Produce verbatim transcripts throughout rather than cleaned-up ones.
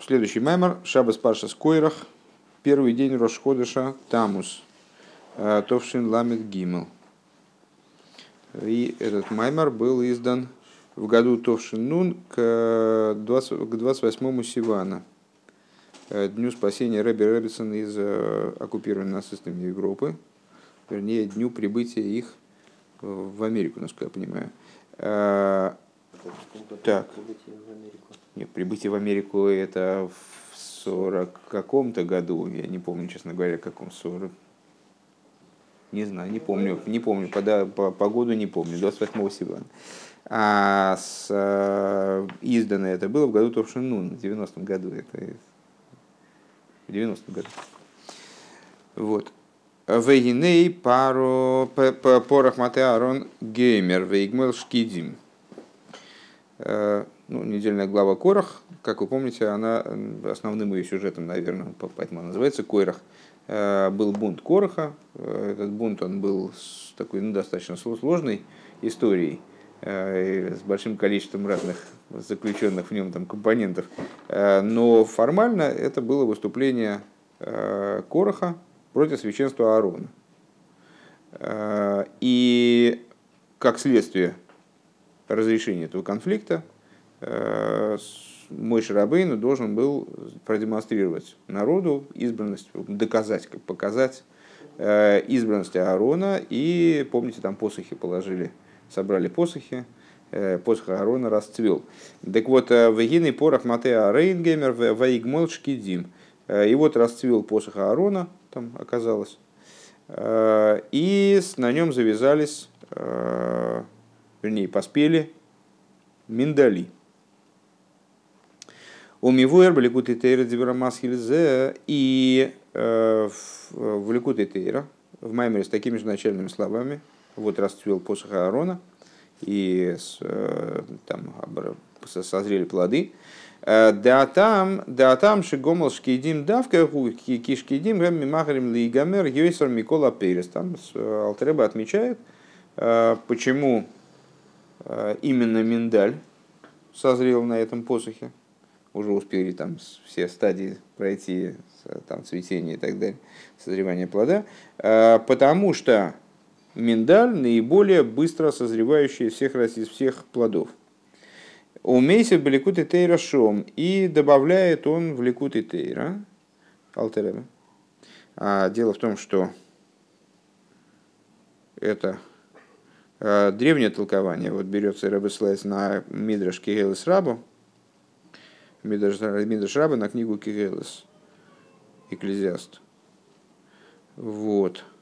Следующий маймер. Шабас Паршас Койрах. Первый день Рош Ходыша Тамус. Товшин Ламет Гимел. И этот маймер был издан в году Товшин Нун к двадцать восьмому Сивана, дню спасения Ребби Реббисона из оккупированной нацистами Европы, вернее, дню прибытия их в Америку, насколько я понимаю. Так. Нет, прибытие в Америку это в сорок каком-то году, я не помню, честно говоря, каком сорок. Не знаю, не помню, не помню, по, по, по году не помню, двадцать восьмого Сивана. А с, э, издано это было в году Товшин Нун, в девяностом году. Это в девяностом году. Вот. Вейней паро порох Матеарон Геймер Вейгмел Шкидим. Ну, недельная глава Корах, как вы помните, она основным ее сюжетом, наверное, поэтому она называется Койрах. Был бунт Кораха. Этот бунт он был с такой ну, достаточно сложной историей, с большим количеством разных заключенных в нем там, компонентов. Но формально это было выступление Кораха против священства Аарона. И как следствие разрешения этого конфликта Моше Рабейну должен был продемонстрировать народу избранность, доказать, как показать избранность Аарона. И помните, там посохи положили, собрали посохи, посох Аарона расцвел. Так вот, вегиный порох Матеа Рейнгеймер ваигмол шкидим. И вот расцвел посох Аарона, там оказалось, и на нем завязались, вернее, поспели миндали. У Мивуэр в Ликуте Тейра Дзибрамасхильзе и в Ликуте Тейра, в Маймере с такими же начальными словами, вот расцвел посох Аарона, и там созрели плоды. Да там, да там шигомал шкидим давка кишкидим гамми махарим лигамер йойсер Микола Перес. Там Алтер Ребе отмечает, почему именно миндаль созрел на этом посохе. Уже успели там все стадии пройти, там цветение и так далее, созревание плода, потому что миндаль наиболее быстро созревающий из всех, из всех плодов. Умейся в Ликуте Тейра шом, и добавляет он в Ликуте Тейра, Алтер Ребе. А дело в том, что это древнее толкование, вот берется Ребе ссылается на Мидраш Кигелес Рабу, Мидраш Раба на книгу Кигелес, Экклезиаст. Вот.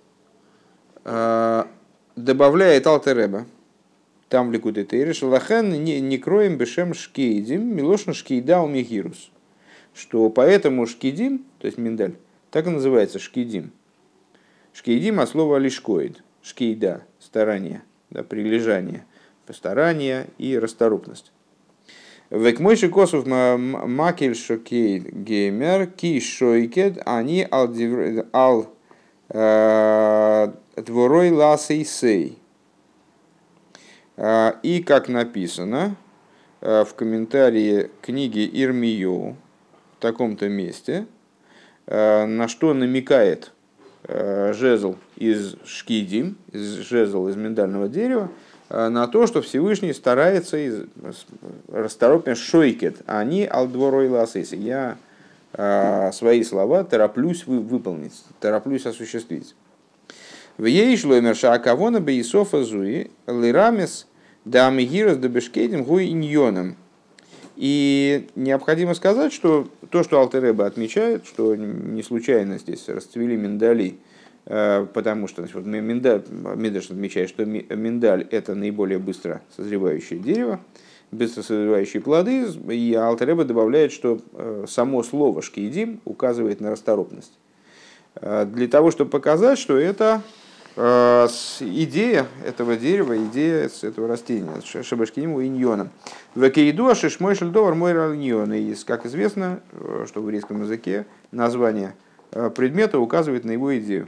А, добавляет Алтер Ребе, там в Ликуте Тейре, шалахен не кроем бешем шкейдим, милошн шкейда у мегирус. Что поэтому шкидим, то есть миндаль, так и называется шкидим. Шкейдим от слова лишкоид, шкейда, старание, да, прилежание, постарание и расторопность. Век мойши косов макель шокейд геймер ки шойкед они ал дворой ласей сей. И как написано в комментарии книги Ирмию в таком-то месте, на что намекает жезл из шкидим, жезл из миндального дерева, на то, что Всевышний старается из расторопен шойкет, а не алдворой ласейси. Я а, свои слова тороплюсь вы, выполнить, тороплюсь осуществить. В ей шло мерша акавона бейсофа зуи лирамес да амигирос да бешкедим гуи иньоном. И необходимо сказать, что то, что Алтер Ребе отмечает, что не случайно здесь расцвели миндали, потому что значит, вот миндаль, Мидраш отмечает, что миндаль это наиболее быстро созревающее дерево, быстро созревающие плоды, и Алтер Ребе добавляет, что само слово шкейдим указывает на расторопность. Для того, чтобы показать, что это идея этого дерева, идея этого растения, шабашкиним иньоном. Векейду шишмой шельдовар мой иньон. И, как известно, что в еврейском языке название предмета указывает на его идею.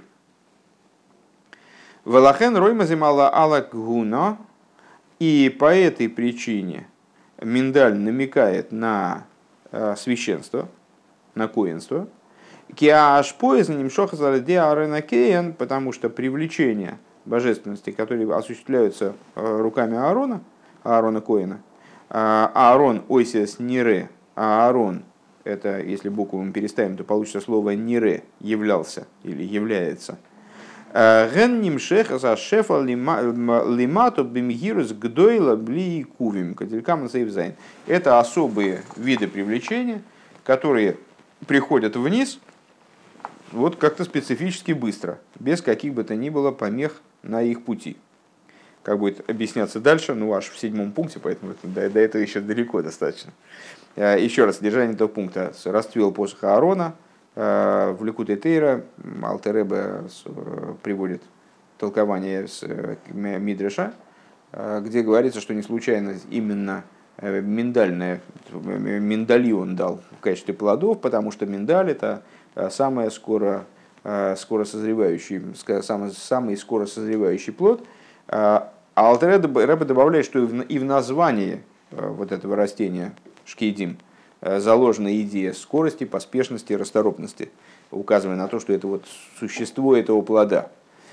Валахен роймазимала алакгуна, и по этой причине миндаль намекает на священство, на коинство. Киашпоез немшоха заради арена кейн, потому что привлечение божественности, которые осуществляются руками Аарона, Аарона Коэна, Аарон ойсес нире, а Аарон, это если букву мы переставим, то получится слово нире, являлся или является. Ген нимшеха за шефа лимату бимгирус гдойла бли кувим, кателькам сейвзайн. Это особые виды привлечения, которые приходят вниз вот как-то специфически быстро, без каких бы то ни было помех на их пути. Как будет объясняться дальше, ну аж в седьмом пункте, поэтому до, до этого еще далеко достаточно. Еще раз, содержание этого пункта. Расцвел посох Аарона, в Ликутей Тейра Алтер Ребе приводит толкование с Мидреша, где говорится, что не случайно именно миндальное, миндали он дал в качестве плодов, потому что миндаль это самый скоро, скоро созревающий, самый, самый скоро созревающий плод. А Алтер Ребе добавляет, что и в названии вот этого растения шкейдим заложена идея скорости, поспешности, расторопности, указывая на то, что это вот существо этого плода.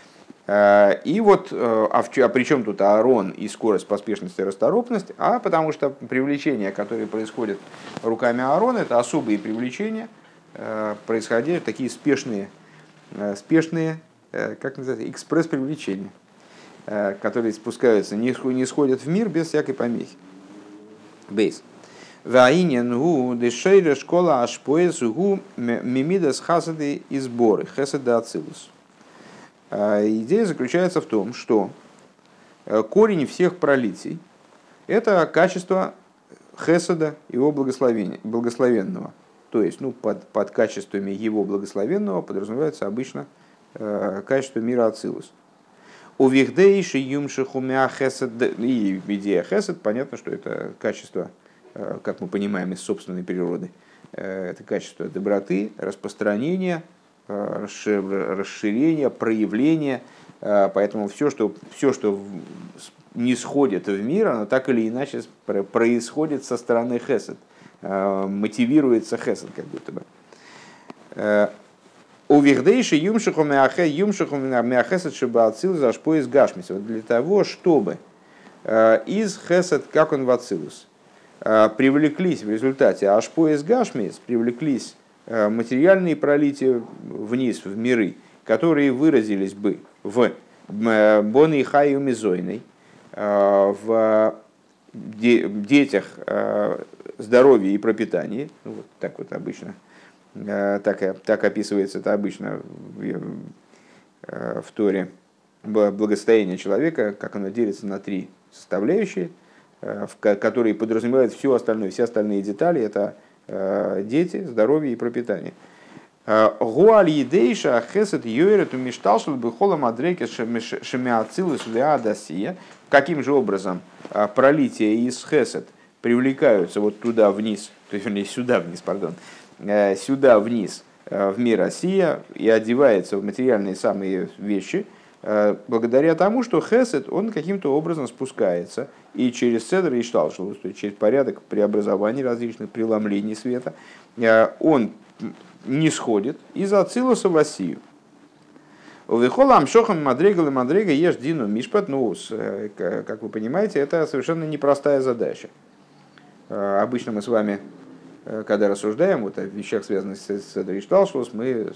И вот, а, в, а при чем тут Аарон и скорость, поспешность и расторопность? А потому что привлечения, которые происходят руками Аарона, это особые привлечения, происходят такие спешные, спешные, как называется, экспресс-привлечения, которые спускаются, не сходят в мир без всякой помехи. Бейс. Ваинен гу дешейра школа ашпоэс гу мимидас хасады и сборы, хесада ацилус. Идея заключается в том, что корень всех пролитий – это качество хесада, его благословенного. То есть ну, под, под качествами его благословенного подразумевается обычно э, качество мира ацилус. У вихдейши юмшихумя хесад, и идея хесад, понятно, что это качество, э, как мы понимаем, из собственной природы. Э, это качество доброты, распространения, расширение, проявление. Поэтому все, что, все, что не сходит в мир, оно так или иначе происходит со стороны хесед, мотивируется хесед, как будто бы. У вихдейши юмшиху мяхе юмшиху мяхесед шибаацил за шпоис гашмис. Для того, чтобы из хесед, как он в ацилус, привлеклись в результате ашпоис гашмис, привлеклись материальные пролития вниз, в миры, которые выразились бы в боной хаю мизойной, в детях здоровья и пропитании. Ну, вот так вот обычно, так, так описывается это обычно в, в Торе, благосостояние человека, как оно делится на три составляющие, которые подразумевают все остальное, все остальные детали. Это дети, здоровье и пропитание. Гуаль едейша хесед йойрет умишталшл бихола мадреке шемиацилус леадасия. Каким же образом пролитие из хесед привлекаются вот туда вниз, то есть вернее сюда вниз, пардон, сюда вниз в мир Россия и одевается в материальные самые вещи, благодаря тому, что хесед, он каким-то образом спускается и через седр и шталшел, то есть через порядок преобразований различных, преломлений света, он не сходит из ацилуса в Россию. Увехолам шохам мадрегал и мадрега ешь дину мишпат, ну, как вы понимаете, это совершенно непростая задача. Обычно мы с вами, когда рассуждаем вот о вещах, связанных с седр и шталшел, мы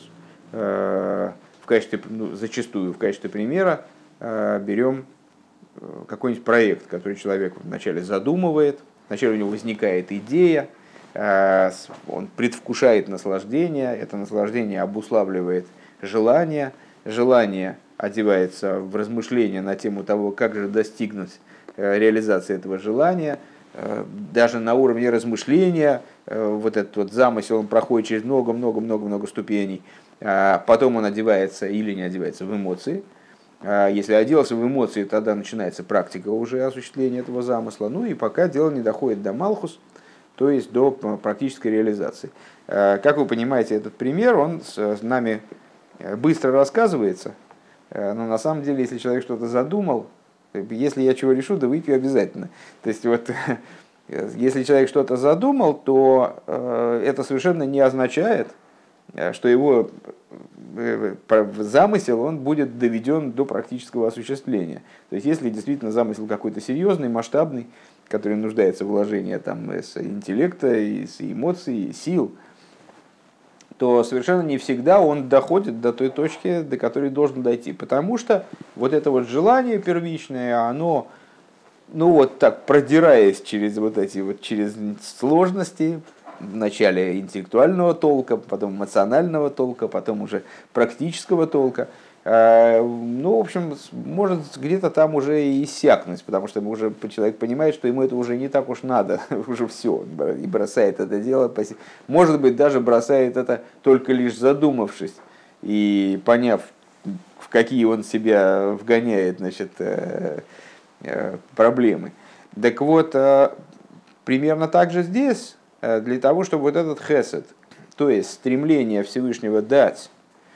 в качестве, ну, зачастую в качестве примера э, берем какой-нибудь проект, который человек вначале задумывает, вначале у него возникает идея, э, он предвкушает наслаждение, это наслаждение обуславливает желание, желание одевается в размышления на тему того, как же достигнуть э, реализации этого желания. Э, даже на уровне размышления э, вот этот вот замысел, он проходит через много-много-много-много ступеней. Потом он одевается или не одевается в эмоции. Если оделся в эмоции, тогда начинается практика уже осуществления этого замысла. Ну и пока дело не доходит до малхус, то есть до практической реализации. Как вы понимаете, этот пример, он с нами быстро рассказывается. Но на самом деле, если человек что-то задумал, если я чего решу, да выпью обязательно. То есть вот Если человек что-то задумал, то это совершенно не означает, что его замысел он будет доведен до практического осуществления. То есть, если действительно замысел какой-то серьезный, масштабный, который нуждается в вложении там, с интеллекта, с эмоций, сил, то совершенно не всегда он доходит до той точки, до которой должен дойти. Потому что вот это вот желание первичное, оно, ну вот так, продираясь через вот эти вот, через сложности, вначале интеллектуального толка, потом эмоционального толка, потом уже практического толка, ну, в общем, может где-то там уже и иссякнуть, потому что уже человек понимает, что ему это уже не так уж надо, уже все, и бросает это дело. Может быть, даже бросает это только лишь задумавшись и поняв, в какие он себя вгоняет, значит, проблемы. Так вот, примерно так же здесь, для того, чтобы вот этот хесед, то есть стремление Всевышнего дать,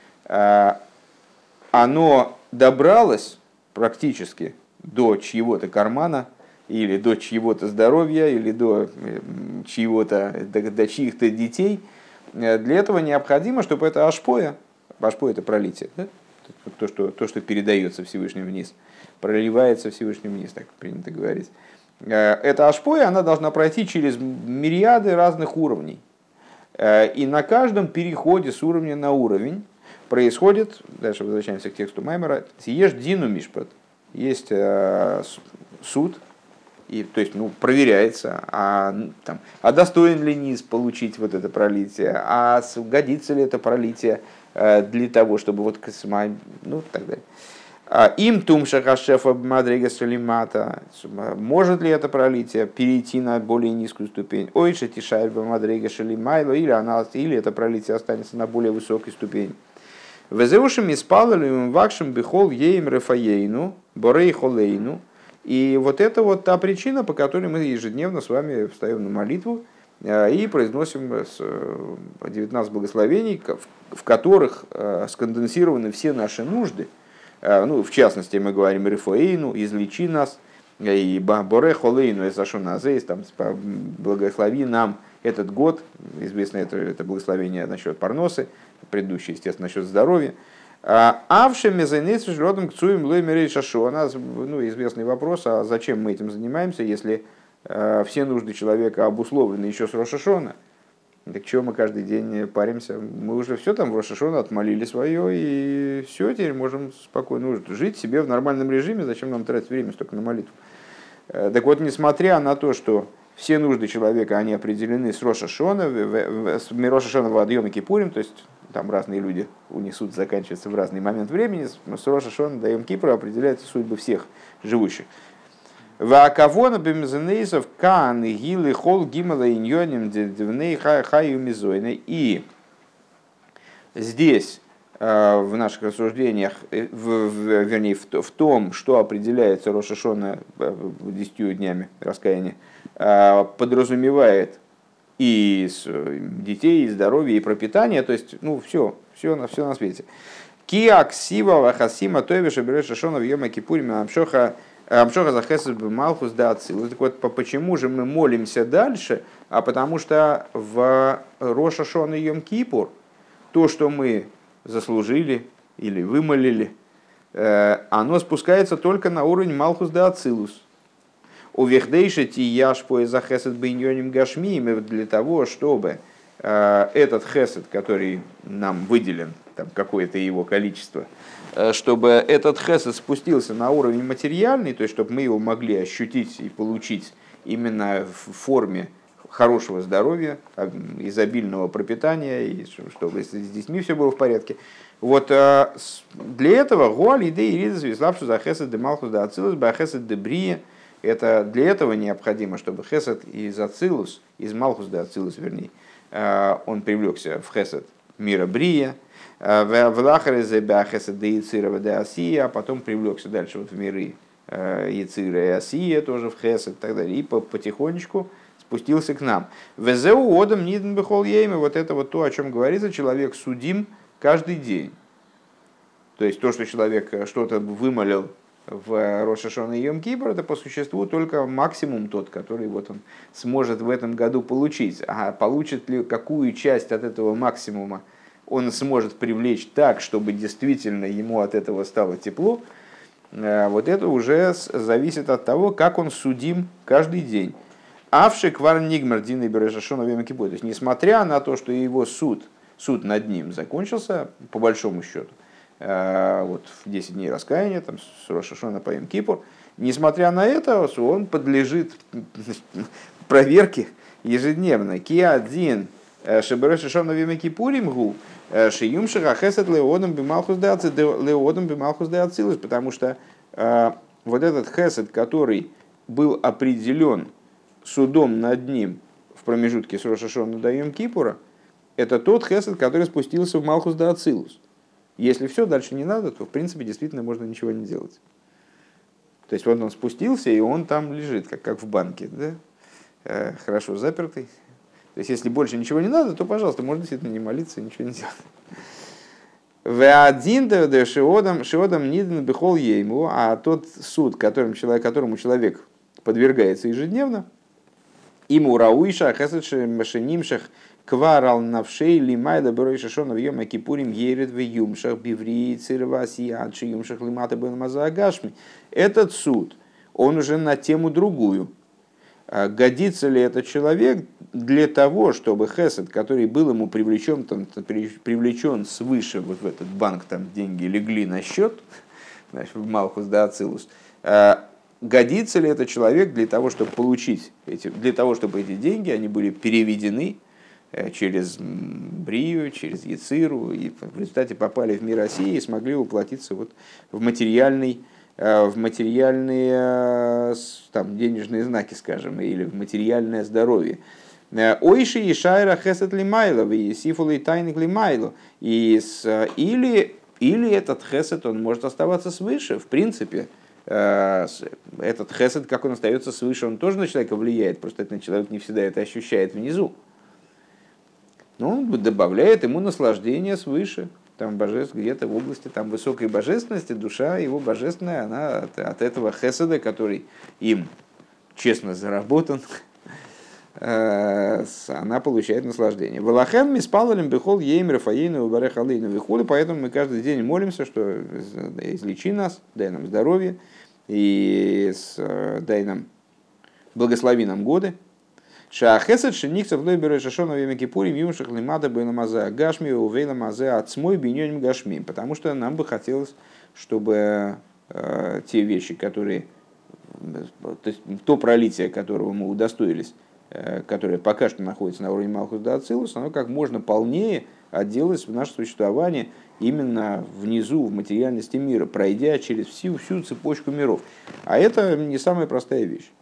оно добралось практически до чьего-то кармана, или до чьего-то здоровья, или до чьего-то, до, до чьих-то детей, для этого необходимо, чтобы это ашпоя, ашпоя это пролитие, да? то, что, то, что передается Всевышним вниз, проливается Всевышним вниз, так принято говорить. Эта ашпоя, она должна пройти через мириады разных уровней. И на каждом переходе с уровня на уровень происходит, дальше возвращаемся к тексту Маймера, «Сиеш дину мишпат», есть э, суд, и, то есть ну, проверяется, а, там, а достоин ли низ получить вот это пролитие, а годится ли это пролитие э, для того, чтобы вот, ну, так далее. Им тумша хашефа мадрига салимата, может ли это пролитие перейти на более низкую ступень? Ой, шатишайба мадрига шалимайло, или она, или это пролитие останется на более высокой ступени. Везеушим испалалим вакшим бихол еим рефаейну, борей холейну. И вот это вот та причина, по которой мы ежедневно с вами встаем на молитву и произносим девятнадцать благословений, в которых сконденсированы все наши нужды. Ну, в частности, мы говорим рефаейну, излечи нас, и борей холейну, эсашуназейс, там благослови нам этот год, известно это, это благословение насчет парносы, предыдущее, естественно, насчет здоровья. Авши мезайнейцу жродом к цуем лоймерей шашу. У нас ну, известный вопрос, а зачем мы этим занимаемся, если э, все нужды человека обусловлены еще с Рош ха-Шана? Так чего мы каждый день паримся? Мы уже все там в Рош ха-Шана отмолили свое, и все, теперь можем спокойно жить себе в нормальном режиме. Зачем нам тратить время столько на молитву? Э, так вот, несмотря на то, что все нужды человека, они определены с Рош ха-Шана, с Рош ха-Шана в Йом Кипурим, то есть там разные люди унесут, заканчивается в разный момент времени, с Рош ха-Шана до Йом Кипура определяются судьбы всех живущих. Ваакавона бемзенейсов кан гилы хол гимала иньоним дивней хаю мизойны. И здесь в наших рассуждениях, в, в, вернее в, в том, что определяется Рош ха-Шана десятью днями раскаяния, подразумевает и детей, и здоровье, и пропитание, то есть, ну, все, все на, все на свете. Киак сива вахасима тойвиша берешь шашона в йома кипурим амшоха амшоха захесет бмалхус да ацилус. Так вот, почему же мы молимся дальше? А потому что в Рош ха-Шана и Йом Кипур то, что мы заслужили или вымолили, оно спускается только на уровень малхус да ацилус. У вехдейши тияш поэза хесед бейньоним гашмием, для того, чтобы э, этот хесед, который нам выделен, там какое-то его количество, э, чтобы этот хесед спустился на уровень материальный, то есть чтобы мы его могли ощутить и получить именно в форме хорошего здоровья, изобильного пропитания, и чтобы с детьми все было в порядке. Вот э, для этого гуаль идеи ридас виславшу за хесед де малхус да ацилус ба хесед де брия. Это для этого необходимо, чтобы хесед из ацилус, из малхус да ацилус, вернее, он привлекся в хесед мира брия, в лахарезе ба хесед де яцира да асия, а потом привлекся дальше вот в миры яцира и асия, тоже в хесед и так далее, и потихонечку спустился к нам. Везеу одам ниден бехол ейме, вот это вот то, о чем говорится, человек судим каждый день. То есть то, что человек что-то вымолил в Рош ха-Шана и Йом Кипур, это по существу только максимум тот, который вот он сможет в этом году получить. А получит ли какую часть от этого максимума он сможет привлечь так, чтобы действительно ему от этого стало тепло, вот это уже зависит от того, как он судим каждый день. Авши квар нигмар дин и берешашона в Йом Кипур. То есть, несмотря на то, что его суд, суд над ним закончился, по большому счету, вот в десять дней раскаяния, там, с Рош ха-Шана по Йом Кипур, несмотря на это, он подлежит проверке ежедневно. Киадин шеберешашона в Йом Кипурим гу шиюмшиха хесед леодом бималхус де ацилус, потому что э, вот этот хесед, который был определен судом над ним в промежутке с Рош ха-Шана до Йом Кипура, это тот хесед, который спустился в Малхус де Ацилус. Если все, дальше не надо, то в принципе действительно можно ничего не делать. То есть вот он спустился, и он там лежит, как, как в банке, да? э, хорошо запертый. То есть, если больше ничего не надо, то, пожалуйста, можно действительно не молиться и ничего не делать. А тот суд, которым человек, которому человек подвергается ежедневно, ему рауиша хесадши машинимшах кварал навшей лимайда беройшашона в йома кипурим ерет в юмшах биври цирваси адши юмшах лимата бен мазаагашми. Этот суд, он уже на тему другую. Годится ли этот человек для того, чтобы хесед, который был ему привлечен, там, привлечен свыше вот в этот банк, там деньги легли на счет, значит, в Малхус де Ацилус, годится ли этот человек для того, чтобы получить эти, для того, чтобы эти деньги они были переведены через Брию, через Яциру, и в результате попали в мир России и смогли уплатиться вот в материальный в материальные там, денежные знаки, скажем, или в материальное здоровье. Ойши и шайра хесед лимайлов, и сифулы тайник лимайло. Или, или этот хесед, он может оставаться свыше, в принципе. Этот хесед, как он остается свыше, он тоже на человека влияет, просто этот человек не всегда это ощущает внизу. Но он добавляет ему наслаждение свыше. Там божеств, где-то в области там, высокой божественности, душа его божественная, она от, от этого хеседа, который им честно заработан, она получает наслаждение. Валахем миспалалим бихол еймер фаейну барех алейну вихули, поэтому мы каждый день молимся, что излечи нас, дай нам здоровье и дай нам, благослови нам годы. Шахесед шеникцев лойберы шашона в Йом Кипурим юмшах лимада бенамазе гашми увейла мазе отсмой биньоним гашми, потому что нам бы хотелось, чтобы э, те вещи, которые, то есть то пролитие, которого мы удостоились, э, которое пока что находится на уровне Малхус де Ацилус, оно как можно полнее отделалось в наше существование именно внизу, в материальности мира, пройдя через всю, всю цепочку миров. А это не самая простая вещь.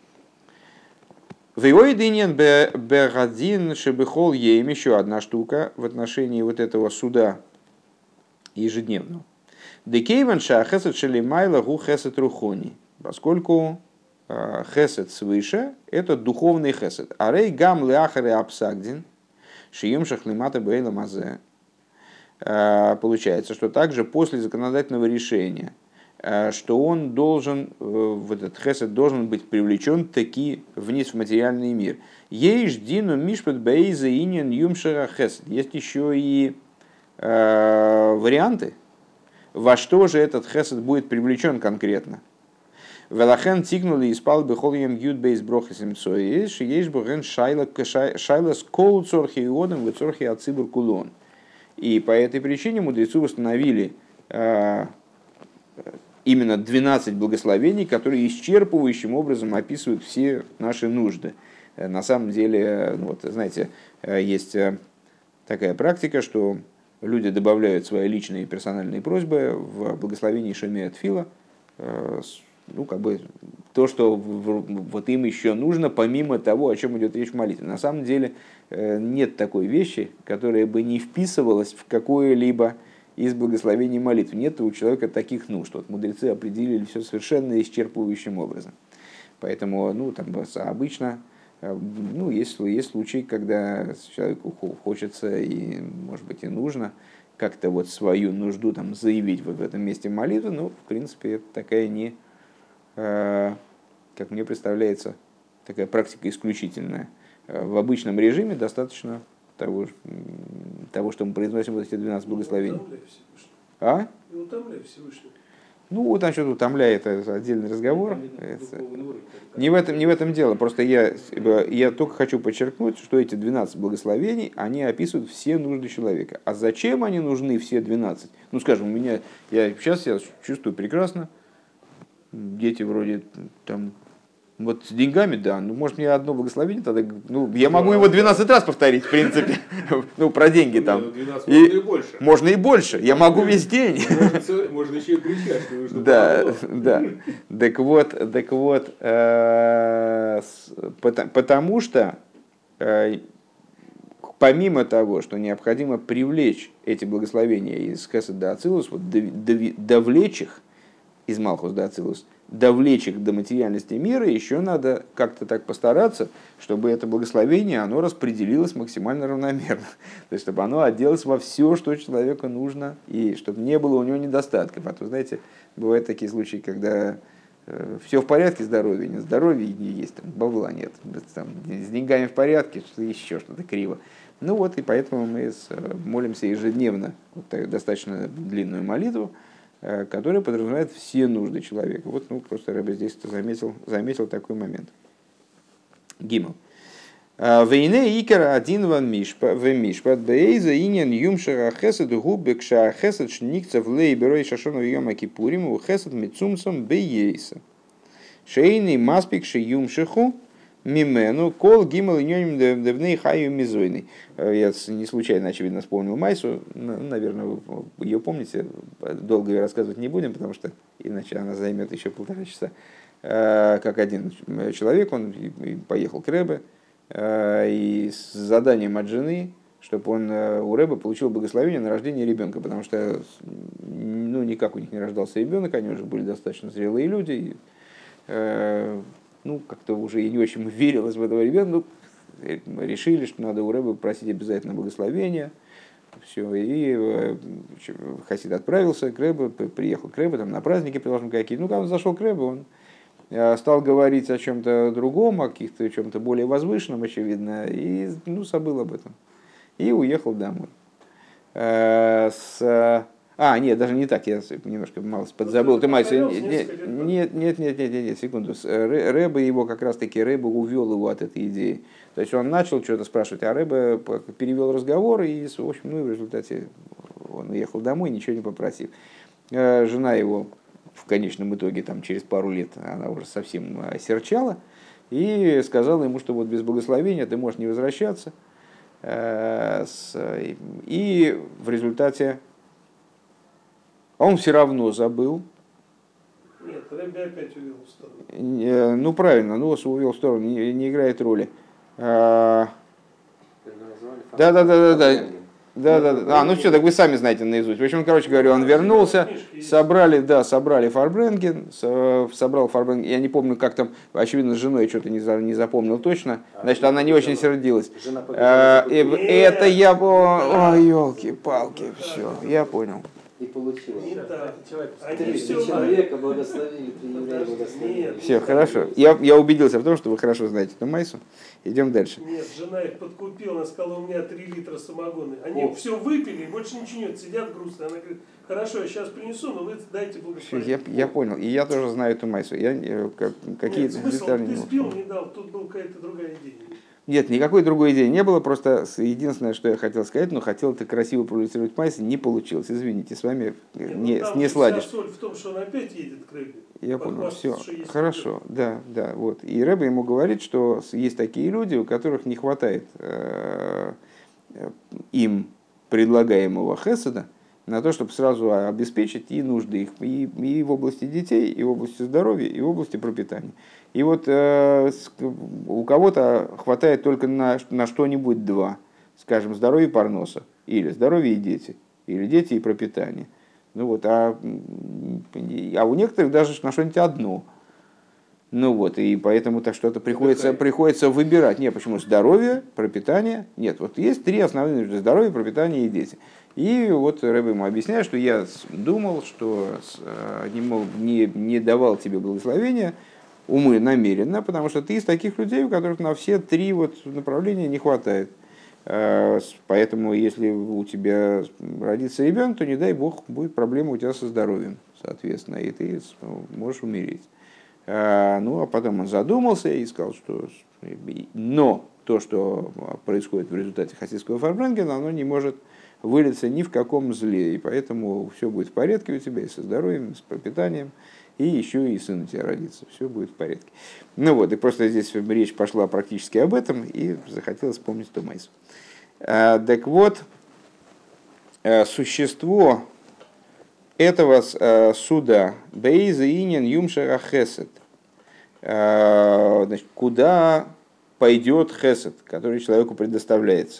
Вейоидинен бегадин шебехол ейм, еще одна штука в отношении вот этого суда ежедневного. Декейван ша хесед шелимайла гу хесед рухони, поскольку хесед свыше это духовный хесед. Арей гам леахаре абсагдин шием шахлимата бейла мазе. Получается, что также после законодательного решения, что он должен, в этот хесед должен быть привлечен таки вниз в материальный мир. Ейш дину мишпет бейза инин юмшера хесед. Есть еще и э, варианты, во что же этот хесед будет привлечен конкретно. Велахен тикнули и спал бы холием гюд бейс брохисим цоиш, ейш бухен шайла с колу цорхи иодом в цорхи ацибур кулон. И по этой причине мудрецы установили э, именно двенадцать благословений, которые исчерпывающим образом описывают все наши нужды. На самом деле, ну вот, знаете, есть такая практика, что люди добавляют свои личные персональные просьбы в благословении Шемия Тфила, ну, как бы то, что вот им еще нужно, помимо того, о чем идет речь в молитве. На самом деле нет такой вещи, которая бы не вписывалась в какое-либо из благословений молитв. Нет у человека таких нужд. Вот мудрецы определили все совершенно исчерпывающим образом. Поэтому ну, там, обычно Ну, есть, есть случаи, когда человеку хочется и, может быть, и нужно как-то вот свою нужду там заявить вот в этом месте молитвы, но, в принципе, это такая не, как мне представляется, такая практика исключительная. В обычном режиме достаточно того, того что мы произносим вот эти двенадцать благословений. А? Не утомляй Всевышнего. Ну, там что-то утомляет, это отдельный разговор. Это... Не, в этом, не в этом дело. Просто я, я только хочу подчеркнуть, что эти двенадцать благословений, они описывают все нужды человека. А зачем они нужны, все двенадцать? Ну, скажем, у меня, я сейчас я чувствую прекрасно, дети вроде там, вот с деньгами, да, ну, может, мне одно благословение тогда, ну, я могу его двенадцать раз повторить, в принципе, ну, про деньги там. двенадцать, можно и больше. Можно и больше, я могу весь день. Можно еще и кричать, что нужно. Да, да. Так вот, так вот, потому что, помимо того, что необходимо привлечь эти благословения из Хесед до Ацилус, вот довлечь их из Малхус до Ацилус, довлечь их до материальности мира, еще надо как-то так постараться, чтобы это благословение оно распределилось максимально равномерно. То есть, чтобы оно оделось во все, что человеку нужно, и чтобы не было у него недостатков. А то, знаете, бывают такие случаи, когда э, все в порядке, здоровье нет, здоровья не есть, там, бабла нет, там, с деньгами в порядке, что еще что-то криво. Ну вот, и поэтому мы с, молимся ежедневно, вот так, достаточно длинную молитву, который подразумевает все нужды человека. Вот, ну, просто Ребе здесь заметил, заметил такой момент. Гимл. Вейне икер один ван мишпа, в мишпат, бейза иньян юмшера хесед губек ша хесед шникцев лей берой шашону йома кипурим у хесед мицумцам бейейса. Шейный маспик ши юмшиху мимену кол гимл иньоним девней хаю мизойный. Я не случайно, очевидно, вспомнил Майсу. Наверное, вы ее помните. Долго ее рассказывать не будем, потому что иначе она займет еще полтора часа. Как один человек, он поехал к Ребе, и с заданием от жены, чтобы он у Ребе получил благословение на рождение ребенка, потому что ну, никак у них не рождался ребенок, они уже были достаточно зрелые люди, и, ну, как-то уже и не очень верилось в этого ребенка. Мы решили, что надо у Ребе просить обязательно благословения. Все, и хасид отправился к Ребе, приехал к Ребе, там на праздники, приложим какие-то. Ну, когда он зашел к Ребе, он стал говорить о чем-то другом, о каких-то чем-то более возвышенном, очевидно, и ну, забыл об этом. И уехал домой. С... А, нет, даже не так, я немножко мало подзабыл. Ты, Майс, нет, нет, нет, нет, нет, нет, секунду. Ребе его как раз-таки, Ребе увел его от этой идеи. То есть он начал что-то спрашивать, а Ребе перевел разговор, и, в общем, ну и в результате он уехал домой, ничего не попросив. Жена его в конечном итоге, там, через пару лет, она уже совсем осерчала, и сказала ему, что вот без благословения ты можешь не возвращаться. И в результате он все равно забыл. Нет, Ребе опять увел в сторону. Ну, правильно, ну, увел в сторону, не, не играет роли. Да, да, да, да, да. Да, да, да. А, ну все, так вы сами знаете наизусть. В общем, короче говоря, он вернулся, собрали, да, собрали Фарбренген, собрал Фарбренген. Я не помню, как там, очевидно, с женой что-то не, не запомнил точно. Значит, она не очень сердилась. Это я, ой, елки-палки, все, я понял. И получилось. Три человека благословили, три еврея благословили. Все, хорошо. Я, я убедился в том, что вы хорошо знаете эту Майсу. Идем дальше. Нет, жена их подкупила, она сказала, у меня три литра самогона. Они О. все выпили, больше ничего нет, сидят грустно. Она говорит, хорошо, я сейчас принесу, но вы дайте благословение. Я, я понял. И я тоже знаю эту Майсу. Я, как, какие-то Нет, смысл, ты спил, не дал, тут была какая-то другая идея. Нет, никакой другой идеи не было, просто единственное, что я хотел сказать, но хотел это красиво проиллюстрировать Майсе, не получилось. Извините, с вами Нет, не, ну, не сладишь. Соль в том, что он опять едет к Ребе. Я понял, все, хорошо, да, да, вот. И Ребе ему говорит, что есть такие люди, у которых не хватает э, им предлагаемого хеседа на то, чтобы сразу обеспечить и нужды их и, и в области детей, и в области здоровья, и в области пропитания. И вот э, у кого-то хватает только на, на что-нибудь два, скажем, здоровье и парноса, или здоровье и дети, или дети и пропитание. Ну вот, а, а у некоторых даже на что-нибудь одно. Ну вот, и поэтому так что-то приходится, приходится выбирать. Нет, почему? Здоровье, пропитание. Нет, вот есть три основные: здоровье, пропитание и дети. И вот Рэбе ему объясняет, что я думал, что не, мог, не, не давал тебе благословения умы намеренно, потому что ты из таких людей, у которых на все три вот направления не хватает. Поэтому, если у тебя родится ребенок, то, не дай бог, будет проблема у тебя со здоровьем, соответственно, и ты можешь умереть. Ну, а потом он задумался и сказал, что но то, что происходит в результате хасидского фарбрангена, оно не может вылиться ни в каком зле, и поэтому все будет в порядке у тебя и со здоровьем, и с пропитанием, и еще и сын у тебя родится, все будет в порядке. Ну вот, и просто здесь речь пошла практически об этом, и захотелось вспомнить Томайс. Так вот, существо этого суда Бейза Инин Юмшера Хесед, значит, куда пойдет Хесед, который человеку предоставляется.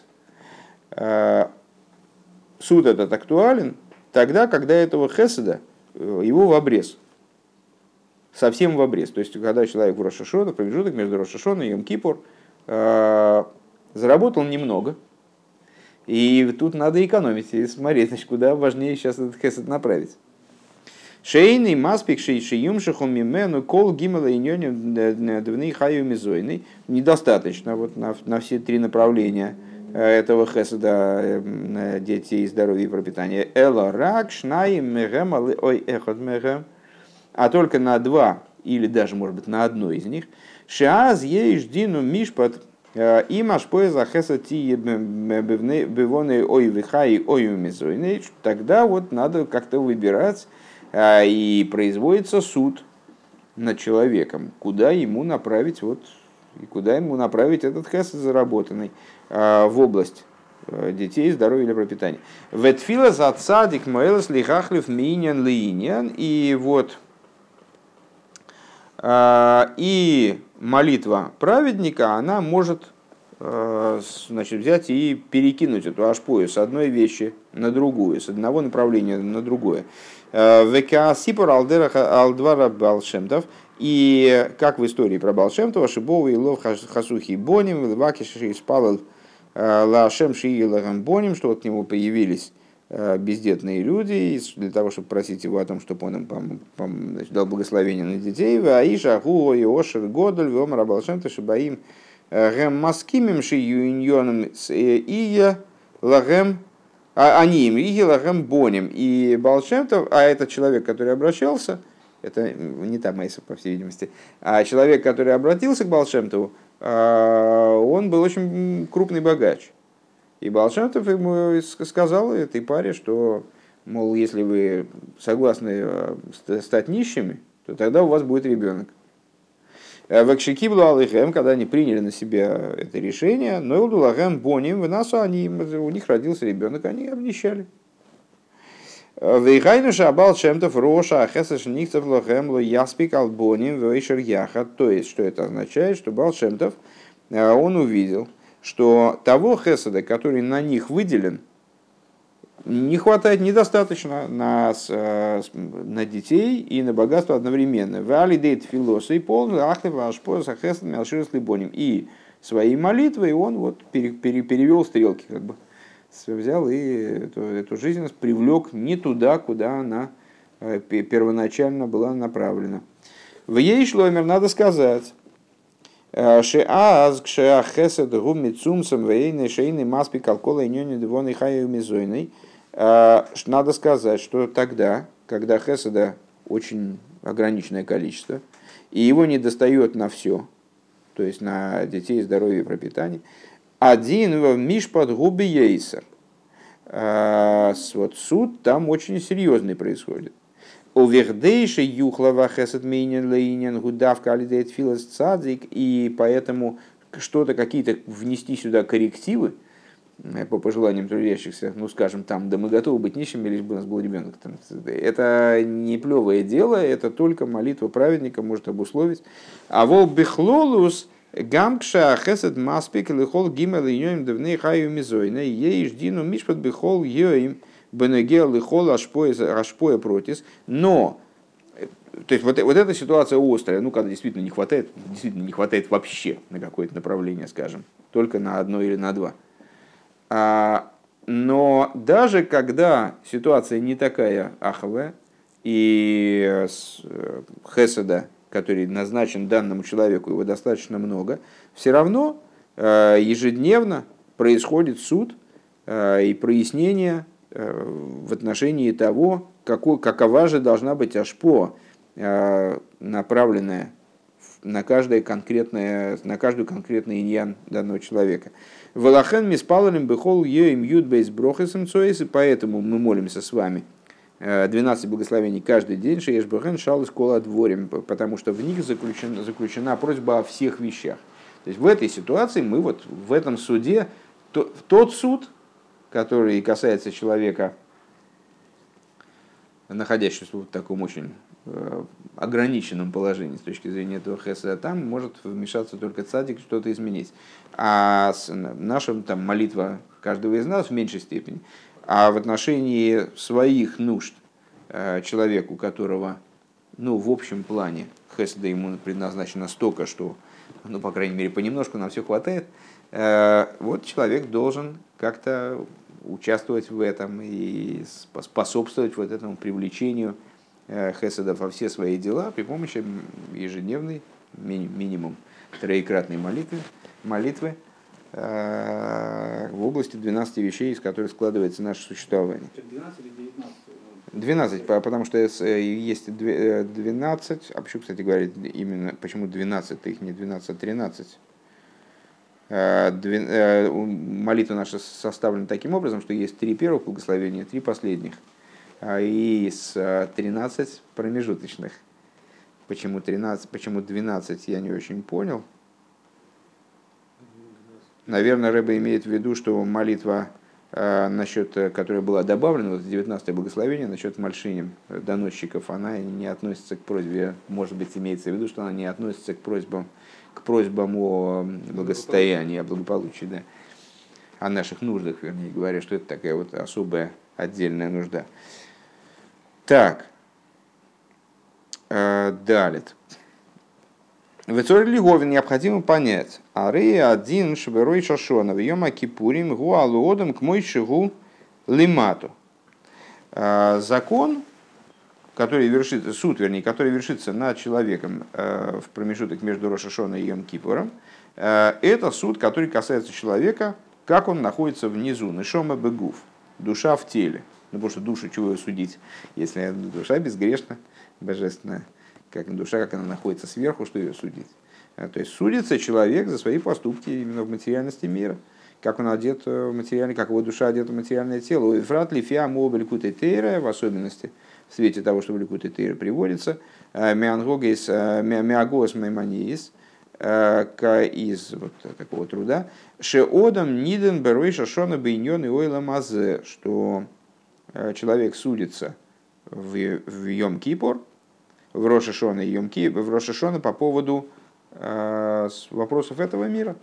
Суд этот актуален тогда, когда этого Хеседа, его в обрез. Совсем в обрез. То есть, когда человек в Рош ха-Шана, промежуток между Рош ха-Шана и Йом-Кипур, заработал немного, и тут надо экономить и смотреть, значит, куда важнее сейчас этот хесед направить. Шейный маспик шейшиюм шахумимену кол гимала иньоним двны хаю мизойный. Недостаточно вот на, на все три направления этого хеседа, детей, здоровья и пропитания. Эла рак шнаим мегем ой эхот мегем. А только на два, или даже, может быть, на одно из них. Шиаз ейш дину мишпат имаш поеза хесати бивоны ой вихай ой умизойный. Тогда вот надо как-то выбирать, и производится суд над человеком, куда ему направить, вот, и куда ему направить этот хесед заработанный в область детей, здоровья или пропитания. Ветфила за цадик моэлас лихахлив миньян лииньян. И вот и молитва праведника, она может, значит, взять и перекинуть эту ашпою с одной вещи на другую, с одного направления на другое. Векасипор алдера алдвара балшемтов. И как в истории про Балшемтова, Шибова и Лов Хасухи Боним, Лвакиши испалил Лашем Шиилагам Боним, что вот к нему появились бездетные люди для того, чтобы просить его о том, чтобы он им пом, пом, значит, дал благословение на детей. Аиша Гуо и Ошер Годоль Вомар Балшемтов Шибаим Гэм Маскимим Шиюиньоном Ия Лагэм они им Ия Лагэм Боним. И Балшемтов, а этот человек, который обращался, это не та Майса, по всей видимости, а человек, который обратился к Балшемтову, он был очень крупный богач. И Балшемтов ему сказал этой паре, что, мол, если вы согласны стать нищими, то тогда у вас будет ребенок. В Акшикиблу Алыхэм, когда они приняли на себя это решение, но Лагэм Боним, в нас они, у них родился ребенок, они обнищали. Вейхайнуша Балшемтов Роша Хесеш Нихтов Лагэм Ло Яспик Албоним Вейшер Яха. То есть, что это означает, что Балшемтов, он увидел, что того хеседа, который на них выделен, не хватает недостаточно на, на детей и на богатство одновременно. Валидейт филоса и полный ахлева ашпоса хесед мелширс либоним. И своей молитвой он вот пере, пере, перевел стрелки, как бы взял и эту, эту жизненность привлек не туда, куда она первоначально была направлена. В ей шломер надо сказать. Шеаз кшеа хесед гуми цумсом вейны шейны маспи калкола иньони двоны хаю мизойной. Надо сказать, что тогда, когда хеседа очень ограниченное количество, и его не достает на все, то есть на детей, здоровье и пропитание, один в мишпад губи ейсер. Вот суд там очень серьезный происходит. Овердейши юхлава хесед мейнен лейнен гудавка алидейт филос цадик, и поэтому что-то, какие-то внести сюда коррективы по пожеланиям трудящихся, ну скажем там, да мы готовы быть нищими, лишь бы у нас был ребенок. Там, это не плевое дело, это только молитва праведника может обусловить. А вол бихлолус гамкша хесед маспик лихол гимел йоим давней хаю мизойна ей ждину мишпат бихол йоим бенегел лихол ашпоя протис. Но То есть вот, вот эта ситуация острая, ну, когда действительно не хватает, действительно не хватает вообще на какое-то направление, скажем, только на одно или на два. А, но даже когда ситуация не такая аховая, и хеседа, который назначен данному человеку, его достаточно много, все равно ежедневно происходит суд и прояснение в отношении того, какой, какова же должна быть ашпо, направленная на, каждое конкретное, на каждую конкретную иньян данного человека. Валахен миспалалим бехол еим юд бейс брохесом цоэс, и поэтому мы молимся с вами двенадцать благословений каждый день, шееш бухен шалыс кола дворим, потому что в них заключена, заключена просьба о всех вещах. То есть в этой ситуации мы вот в этом суде, то, тот суд, который касается человека, находящегося в таком очень ограниченном положении с точки зрения этого хеса, там может вмешаться только цадик, что-то изменить. А наша там, молитва каждого из нас в меньшей степени. А в отношении своих нужд человеку, у которого, ну, в общем плане, хеседа ему предназначено столько, что, ну, по крайней мере, понемножку нам все хватает, вот человек должен как-то участвовать в этом и способствовать вот этому привлечению хеседов во все свои дела при помощи ежедневной, минимум троекратной молитвы, молитвы в области двенадцати вещей, из которых складывается наше существование. двенадцать или девятнадцать? двенадцать, потому что есть двенадцать, а почему, кстати говоря, именно почему двенадцать, их не двенадцать, а тринадцать. Молитва наша составлена таким образом, что есть три первых благословения, три последних, и с тринадцать промежуточных. Почему тринадцать, почему двенадцать, я не очень понял. Наверное, Рэбе имеет в виду, что молитва, насчет, которая была добавлена, вот девятнадцатое благословение, насчет мальшиним, доносчиков, она не относится к просьбе, может быть, имеется в виду, что она не относится к просьбам, к просьбам о благосостоянии, о благополучии, да, о наших нуждах, вернее говоря, что это такая вот особая отдельная нужда. Так, далее. В Эцоре Лиговин необходимо понять, ары один шверой шашона в йома кипурим гуалуодом к мой шигу лимату. Закон, который вершится, суд, вернее, который вершится над человеком в промежуток между Рош ха-Шана и Йом-Кипуром, это суд, который касается человека, как он находится внизу, нешома бегуф, душа в теле. Ну, потому что душу чего ее судить, если душа безгрешна, божественная, как душа, как она находится сверху, что ее судить. То есть судится человек за свои поступки именно в материальности мира, как он одет в материальное, как его душа одета в материальное тело. Ифрат лифиа моб ликут тейра, в особенности в свете того, что в ликут тейра приводится, миангогис миагос майманиис, из вот такого труда, шеодам ниден берой шашона бейньон и ойла мазе, что человек судится в Йом-Кипур, в Рош ха-Шана и Йом-Кипур, в Рош ха-Шана по поводу э, вопросов этого мира.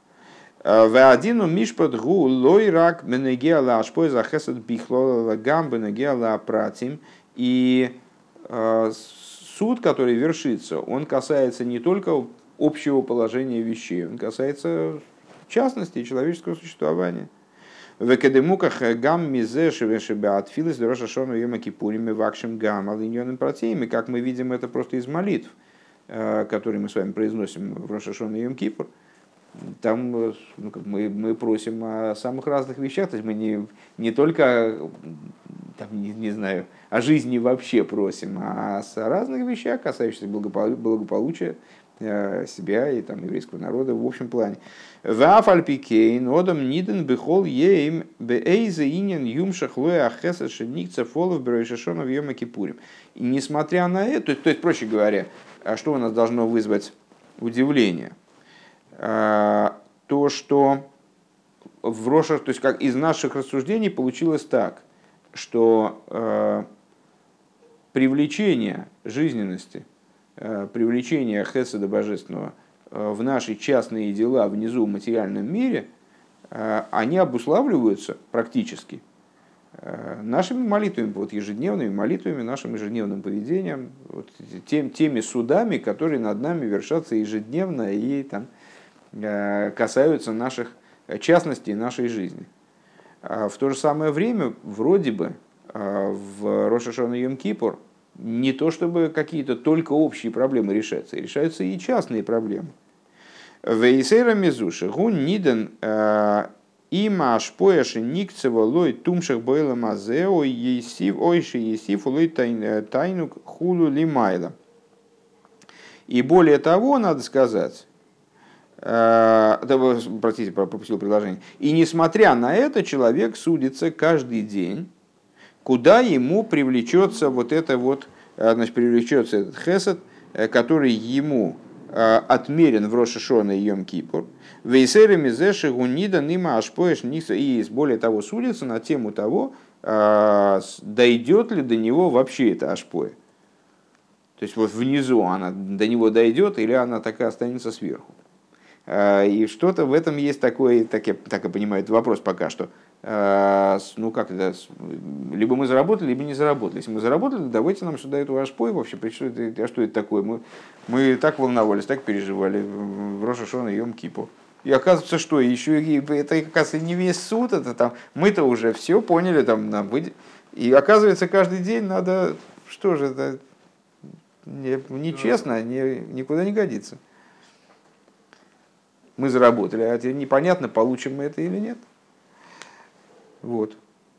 Веадину мишпат гу лойрак бенегеала ашпой захесед бихлола гам бенегеала пратим. И э, суд, который вершится, он касается не только общего положения вещей, он касается частности человеческого существования. В экадемуках гам мизе шевешебе отфилис Рош ха-Шана йома кипурим и вакшим гам алиньоным протеями, как мы видим это просто из молитв, которые мы с вами произносим в Рош ха-Шана и Йом-Кипур. Там ну, мы, мы просим о самых разных вещах, то есть мы не, не только там, не, не знаю, о жизни вообще просим, а о разных вещах, касающихся благополучия себя и там, еврейского народа в общем плане. Вафальпикейн одам ниден бихол еим беэйзе инин юмшах лоя ахеса шеникца фолов берешешона в йома кипурим. И несмотря на это, то есть, проще говоря, что у нас должно вызвать удивление? То, что в Роша, то есть как из наших рассуждений получилось так, что э, привлечение жизненности, э, привлечение хеседа божественного э, в наши частные дела внизу в материальном мире, э, они обуславливаются практически нашими молитвами, вот ежедневными молитвами, нашим ежедневным поведением, вот, тем, теми судами, которые над нами вершатся ежедневно и там, касаются наших частностей нашей жизни. А в то же самое время, вроде бы, в Рош ха-Шана и Йом-Кипур не то чтобы какие-то только общие проблемы решаются, решаются и частные проблемы. Вейсейра мизуши гун ниден има ашпояши никцева лой тумшах бойла мазео есив ойши есив лой тайну хулу лимайла. И более того, надо сказать, э, простите, пропустил предложение, и несмотря на это, человек судится каждый день, куда ему привлечется вот это вот, значит, привлечется этот хесед, который ему отмерен в Рош ха-Шана и Йом-Кипур. И более того, судится на тему того, дойдет ли до него вообще эта ашпоя. То есть вот внизу она до него дойдет или она так и останется сверху. И что-то в этом есть такой, так я, так я понимаю, это вопрос пока что. Ну как это, либо мы заработали, либо не заработали. Если мы заработали, давайте нам сюда эту ашпой вообще, что это, а что это такое? Мы, мы так волновались, так переживали в Рош ха-Шана и Йом-Кипур. И оказывается, что еще и это, оказывается, не весь суд, это там, мы-то уже все поняли, там, нам быть. И оказывается, каждый день надо, что же это, нечестно, не, никуда не годится. Мы заработали, а теперь непонятно, получим мы это или нет. Вот.